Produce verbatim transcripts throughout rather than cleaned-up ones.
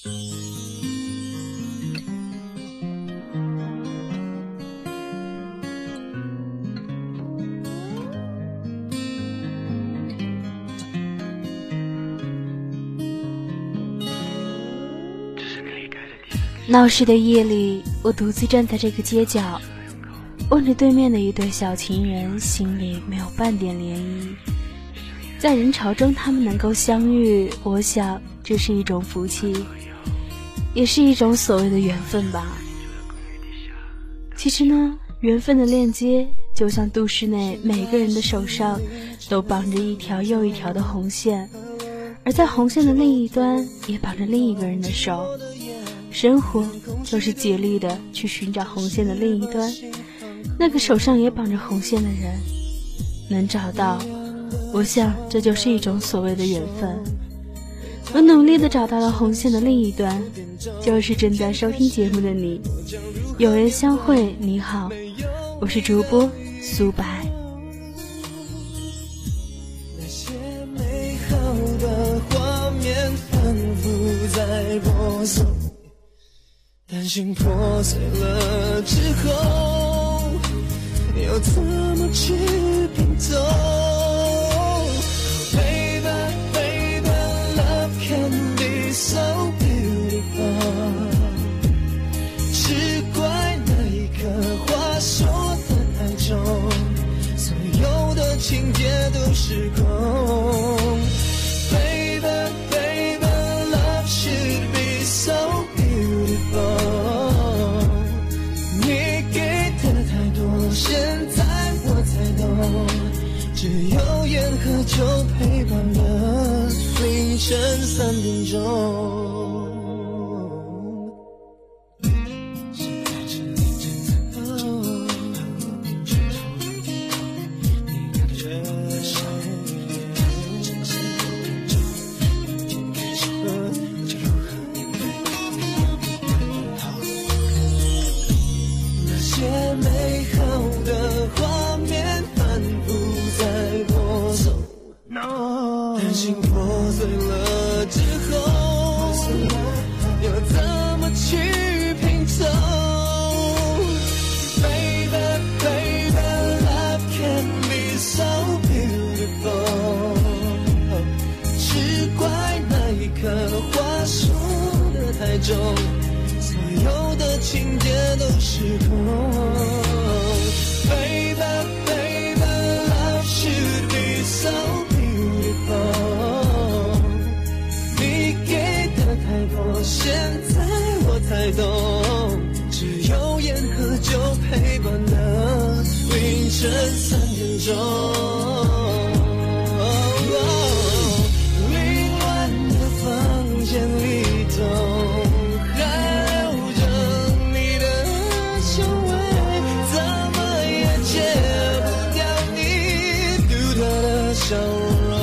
闹市的夜里，我独自站在这个街角，望着对面的一对小情人，心里没有半点涟漪。在人潮中他们能够相遇，我想这是一种福气，也是一种所谓的缘分吧。其实呢，缘分的链接就像都市内每个人的手上都绑着一条又一条的红线，而在红线的另一端也绑着另一个人的手。生活就是竭力的去寻找红线的另一端，那个手上也绑着红线的人能找到，我想这就是一种所谓的缘分。我努力的找到了红线的另一端，就是正在收听节目的你。有缘相会，你好，我是主播苏白。 那些美好的画面反复在播送，担心破碎了之后要怎么去拼凑。 Baby, baby, love can be so beautiful。 只怪那一刻话说的太重，所有的情节都失控。 Baby, baby, love should be so beautiful。 你给的太多，现在我才懂，只有烟和酒陪伴了凌晨三点钟。 美好的画面反复在播送，担心破碎了之后要怎么去拼凑。 Baby, baby, love can be so beautiful。 只怪那一刻话说的太重，所有的情节都失控。 Baby, baby, love should be so beautiful。 你给的太多，现在我才懂，只有烟和酒陪伴了凌晨三点钟。 凌乱的房间里头 笑容，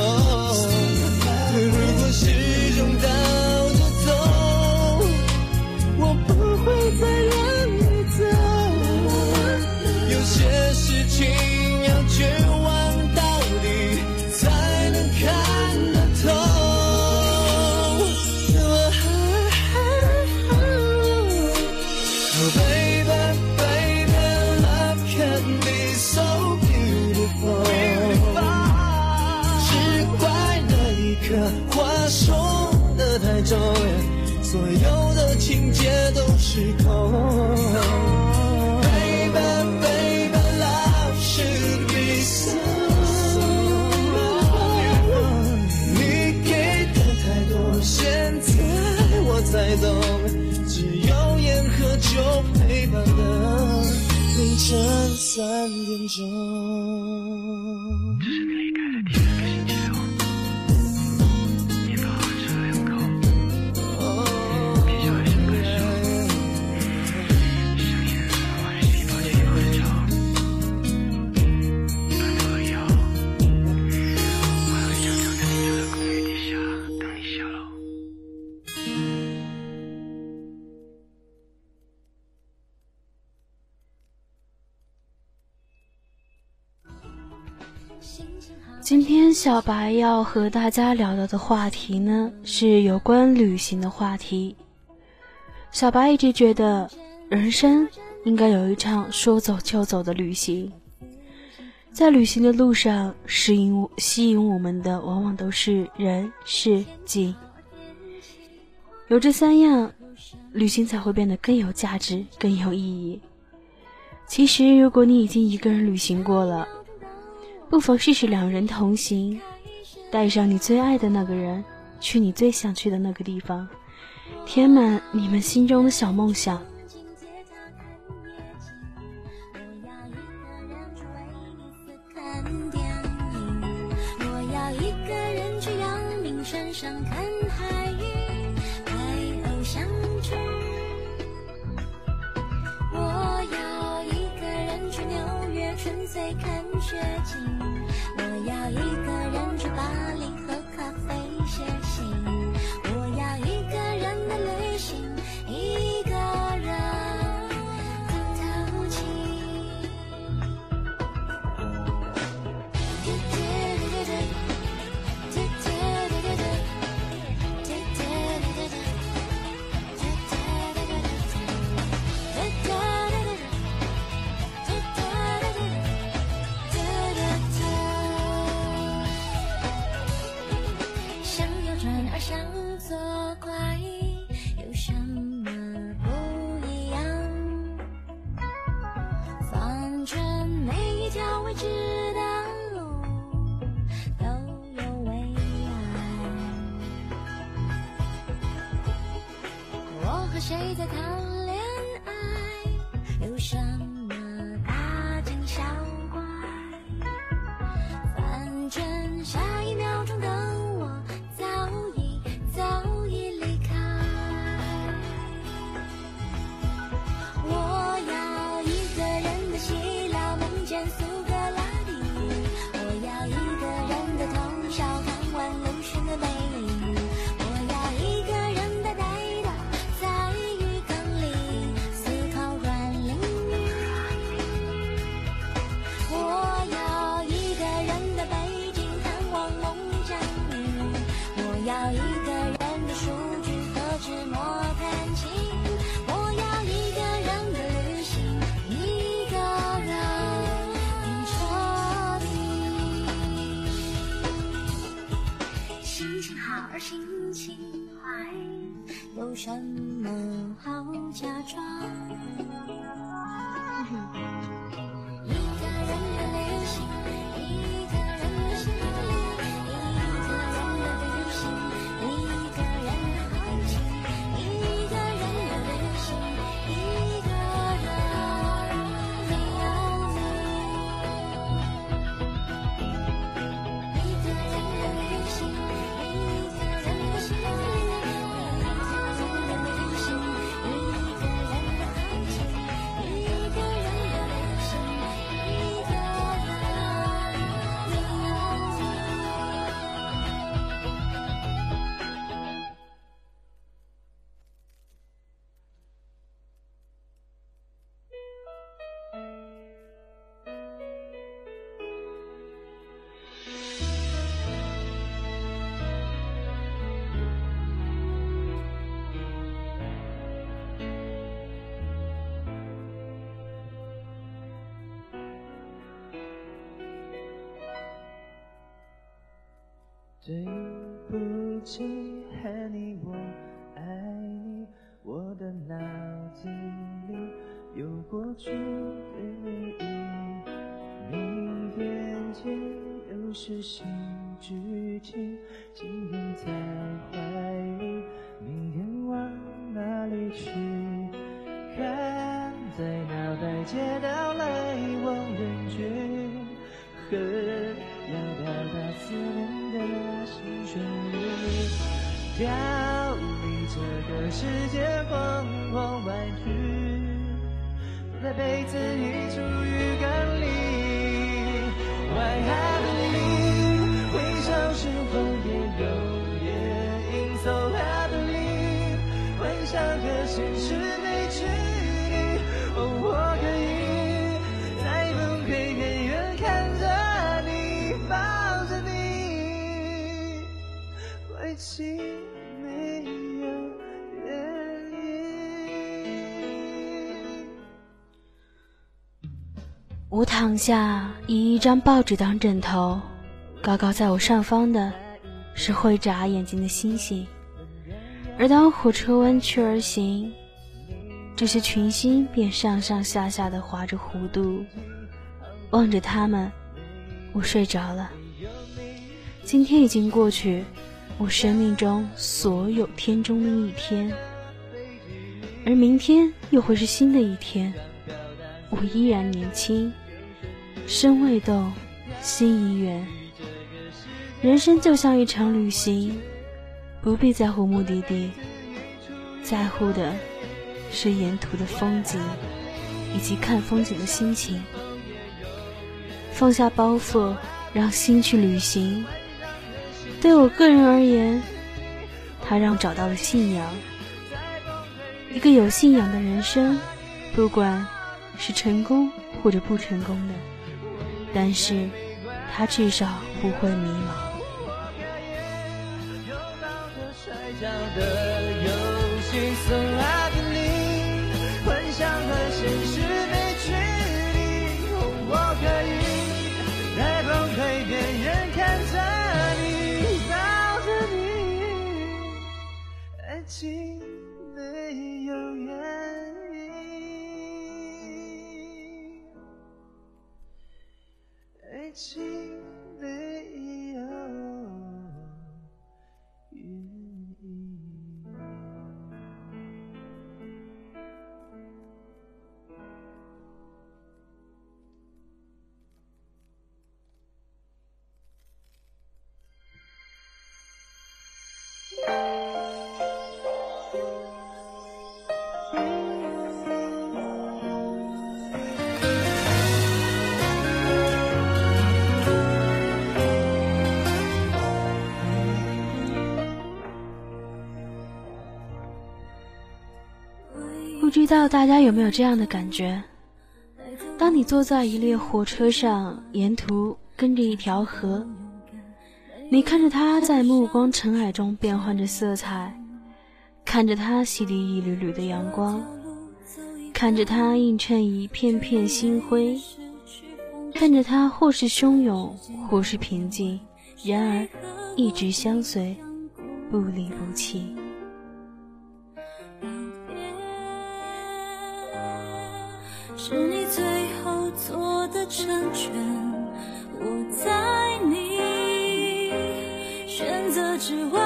如果始终倒着走，我不会再让你走。有些事情要绝望到底，才能看得透。Oh baby, baby, love can be so beautiful。 话说的太重，所有的情节都失控。Baby, baby, love should be so。 你给的太多，现在我才懂，只有烟和酒陪伴的凌晨三点钟。 今天小白要和大家聊到的话题呢，是有关旅行的话题。 小白一直觉得人生应该有一场说走就走的旅行，在旅行的路上，吸引吸引我们的往往都是人事景，有这三样，旅行才会变得更有价值，更有意义。其实如果你已经一个人旅行过了，不妨试试两人同行，带上你最爱的那个人，去你最想去的那个地方，填满你们心中的小梦想。 我要一个人去阳明山上看海鱼，海鸥相知。我要一个人去纽约纯粹看雪景，我要一个人去巴黎喝咖啡写信，我要一个人的旅行，一个人很透气。想要转而想做怪，有什么不一样？反正每一条未知的路都有未来。我和谁在谈恋爱？有什么大惊小怪？反正下一秒钟的我早已早已离开。我要一个人的希腊梦见苏格拉底，我要一个人的通宵看完鲁迅的背影，我要一个人呆呆的在浴缸里思考软淋雨，我要一个人的北京看望孟姜女，我要一个人的数据和纸墨弹琴，我要一个人的旅行，一个人很彻底。心情好而心情坏，有什么好假装？一个人的旅行，一个人的心里，一个人的旅行，一个人的好奇，一个人的旅行，一个人没有你。一个人的旅行，一个人的心里，一个人的旅行，一个人的好奇，一个人的旅行，一个人没有你。 对不起 Honey， 我爱你，我的脑子里有过去的回忆，你眼前有是新剧情，紧拥在怀里，明天往哪里去？看在脑袋街道来往人群，恨要表达思念的新旋律，逃离这个世界狂狂玩具，在被子溢出浴缸里。Why I believe 会消失谎言有原因 So I believe 幻想和现实没距离，哦，我可以在崩溃边缘看着你，抱着你，爱情没有原因。 我躺下，以一张报纸当枕头，高高在我上方的是会眨眼睛的星星，而当火车弯曲而行，这些群星便上上下下地划着弧度。望着它们，我睡着了。今天已经过去，我生命中所有天中的一天，而明天又会是新的一天。我依然年轻，身未动，心已远。人生就像一场旅行，不必在乎目的地，在乎的是沿途的风景以及看风景的心情。放下包袱，让心去旅行。对我个人而言，它让我找到了信仰。一个有信仰的人生，不管是成功或者不成功的，但是他至少不会迷茫。 摔跤的游戏送来给你，幻想和现实没距离，我可以在崩溃边缘看着你，抱着你，爱情没有原因，爱情没有原因。 不知道大家有没有这样的感觉，当你坐在一列火车上，沿途跟着一条河，你看着它在目光尘埃中变换着色彩，看着它洗涤一缕缕的阳光，看着它映衬一片片星辉，看着它或是汹涌或是平静，然而一直相随，不离不弃。 是你最后做的成全，我在你选择之外。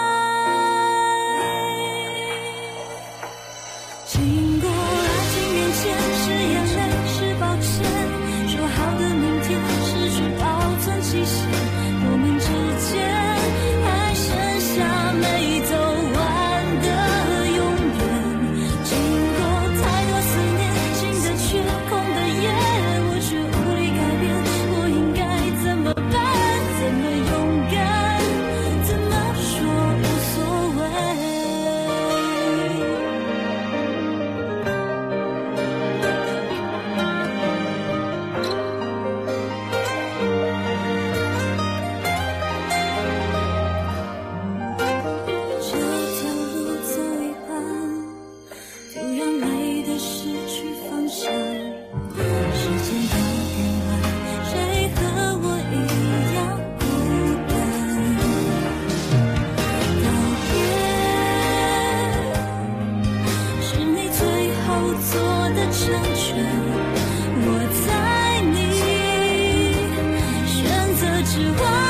经过爱情面前，是眼泪，是抱歉，说好的明天，失去保存期限，我们之间还剩下没走完的永远。经过太多思念，缺空的夜，我却无力改变，我应该怎么办？怎么勇敢？怎么说无所谓？这条路走一半，就让累的失去方向。时间的变换，谁和我一样孤单？告别是你最后做的成全，我在你选择之外。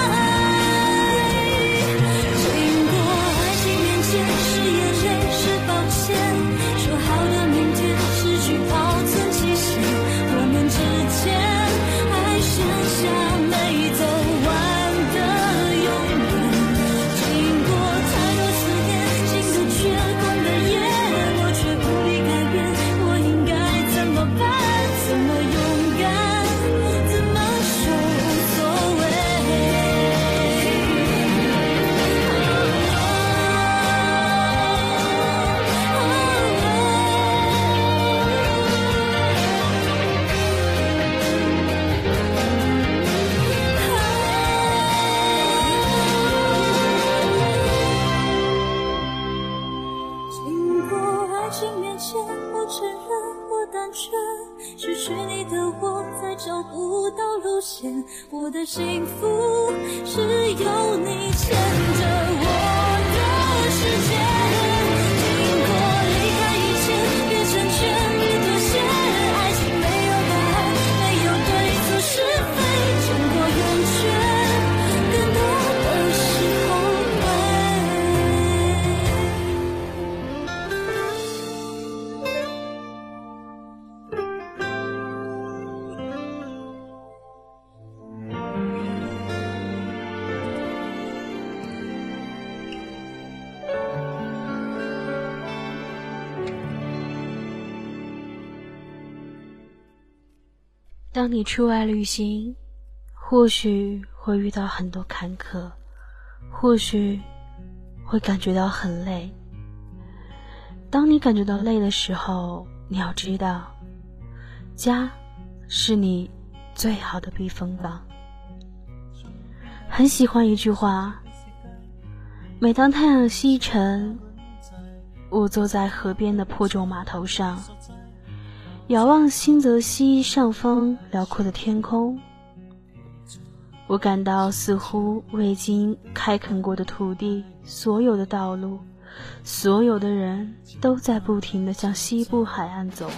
经过爱情面前，是眼泪，是抱歉，说好的明天，失去保存期限，我们之间还剩下没走完的永远。经过太多思念，心都缺空的夜，我却无力改变，我应该怎么办？怎么勇敢？怎么说无所谓？经过爱情面前，我承认我感觉，失去你的我再找不到路线，我的幸福是有你牵着我的时间，经过离开以前，越成全越妥协，爱情没有答案，没有对错是非，撑过圆圈，更多的是后悔。 当你出外旅行，或许会遇到很多坎坷，或许会感觉到很累。当你感觉到累的时候，你要知道，家是你最好的避风港。很喜欢一句话，每当太阳西沉，我坐在河边的破旧码头上，遥望新泽西上方辽阔的天空，我感到似乎未经开垦过的土地，所有的道路，所有的人都在不停地向西部海岸走。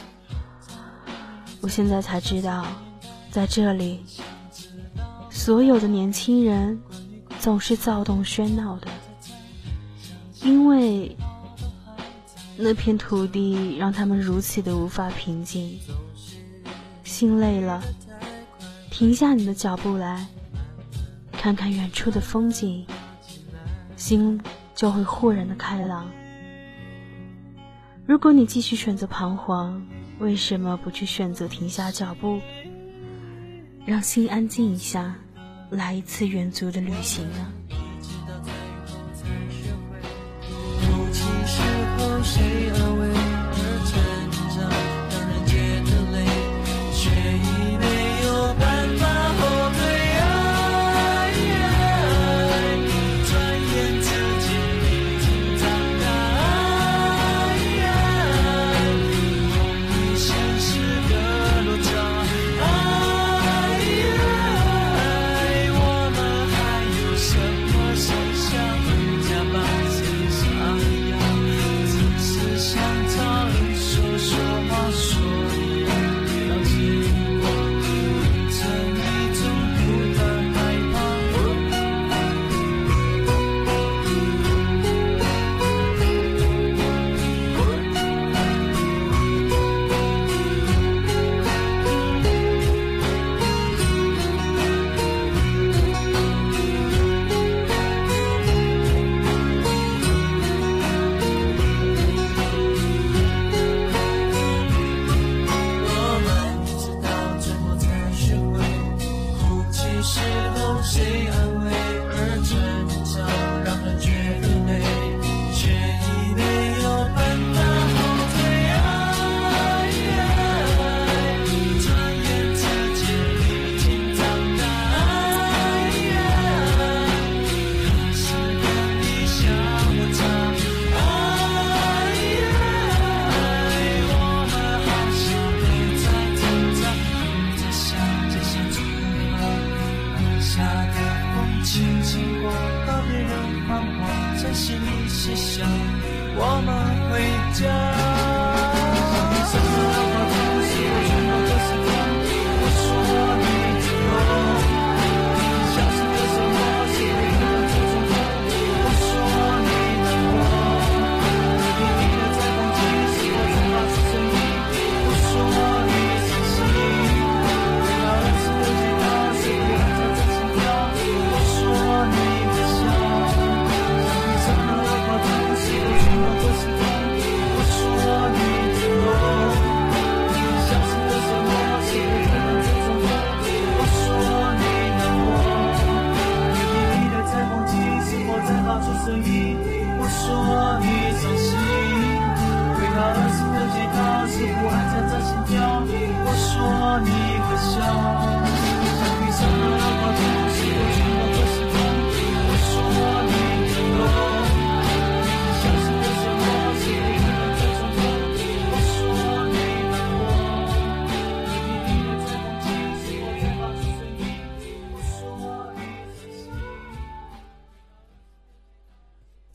我现在才知道，在这里，所有的年轻人总是躁动喧闹的，因为那片土地让他们如此的无法平静。心累了，停下你的脚步来，看看远处的风景，心就会豁然的开朗。如果你继续选择彷徨，为什么不去选择停下脚步，让心安静一下，来一次远足的旅行呢？ 谁而为而成长，让人觉得累，却已没有办法后退啊！转眼自己已经长大，梦与现实的落差，我们还有什么？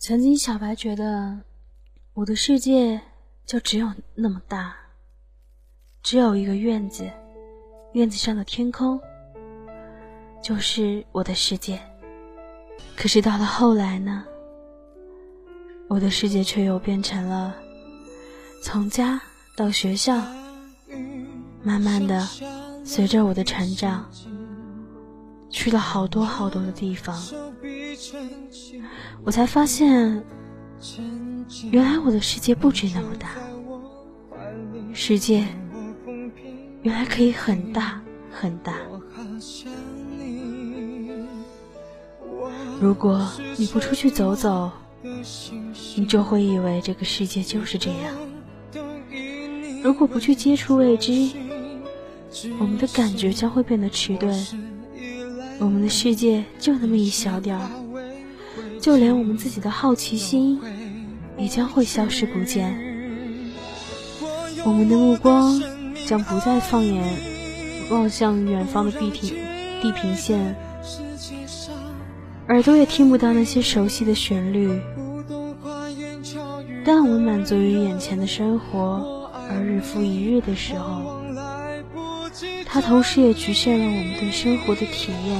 曾经小白觉得我的世界就只有那么大，只有一个院子，院子上的天空就是我的世界。可是到了后来呢，我的世界却又变成了从家到学校，慢慢的随着我的成长去了好多好多的地方，我才发现原来我的世界不止那么大，世界原来可以很大很大。如果你不出去走走，你就会以为这个世界就是这样。如果不去接触未知，我们的感觉将会变得迟钝，我们的世界就那么一小点儿，就连我们自己的好奇心也将会消失不见。我们的目光将不再放眼望向远方的地平地平线，耳朵也听不到那些熟悉的旋律。当我们满足于眼前的生活而日复一日的时候，它同时也局限了我们对生活的体验。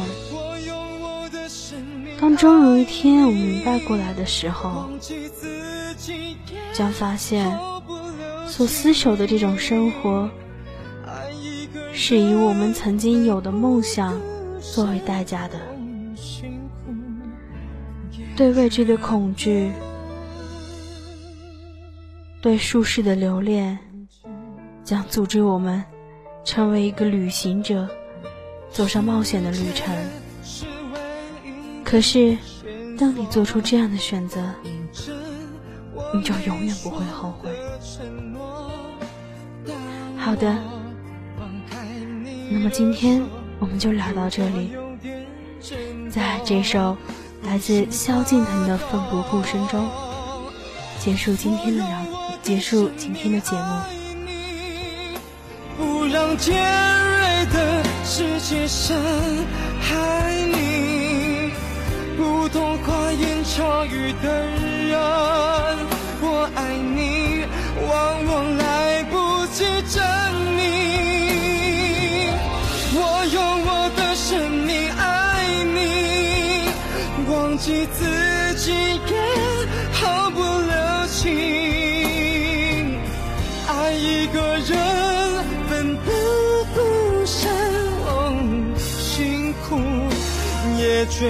当终有一天我明白过来的时候，将发现所厮守的这种生活是以我们曾经有的梦想作为代价的。对未知的恐惧，对舒适的留恋，将阻止我们成为一个旅行者，走上冒险的旅程。可是当你做出这样的选择，你就永远不会后悔。好的，那么今天我们就聊到这里。在这首来自萧敬腾的《奋不顾身》中结束今天的聊结束今天的节目。 不让尖锐的世界伤害你，不懂花言巧语的人，我爱你往往来不及证明。我用我的生命爱你，忘记自己也毫不留情。爱一个人奋不顾身，哦，辛苦也觉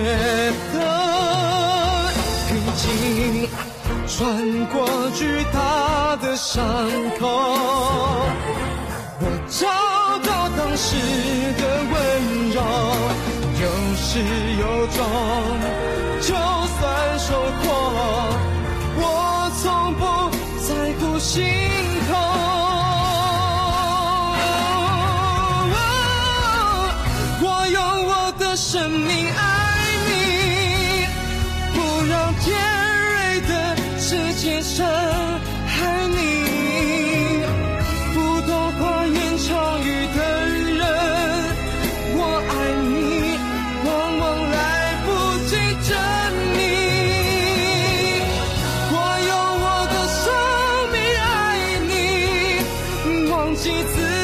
得平静，穿过巨大的伤口，我找到当时的温柔，有始有终，就算受挫，我从不在乎心痛。我用我的生命爱你，不让尖锐的世界伤害你，不懂花言巧语的人，我爱你往往来不及证明。我用我的生命爱你，忘记自己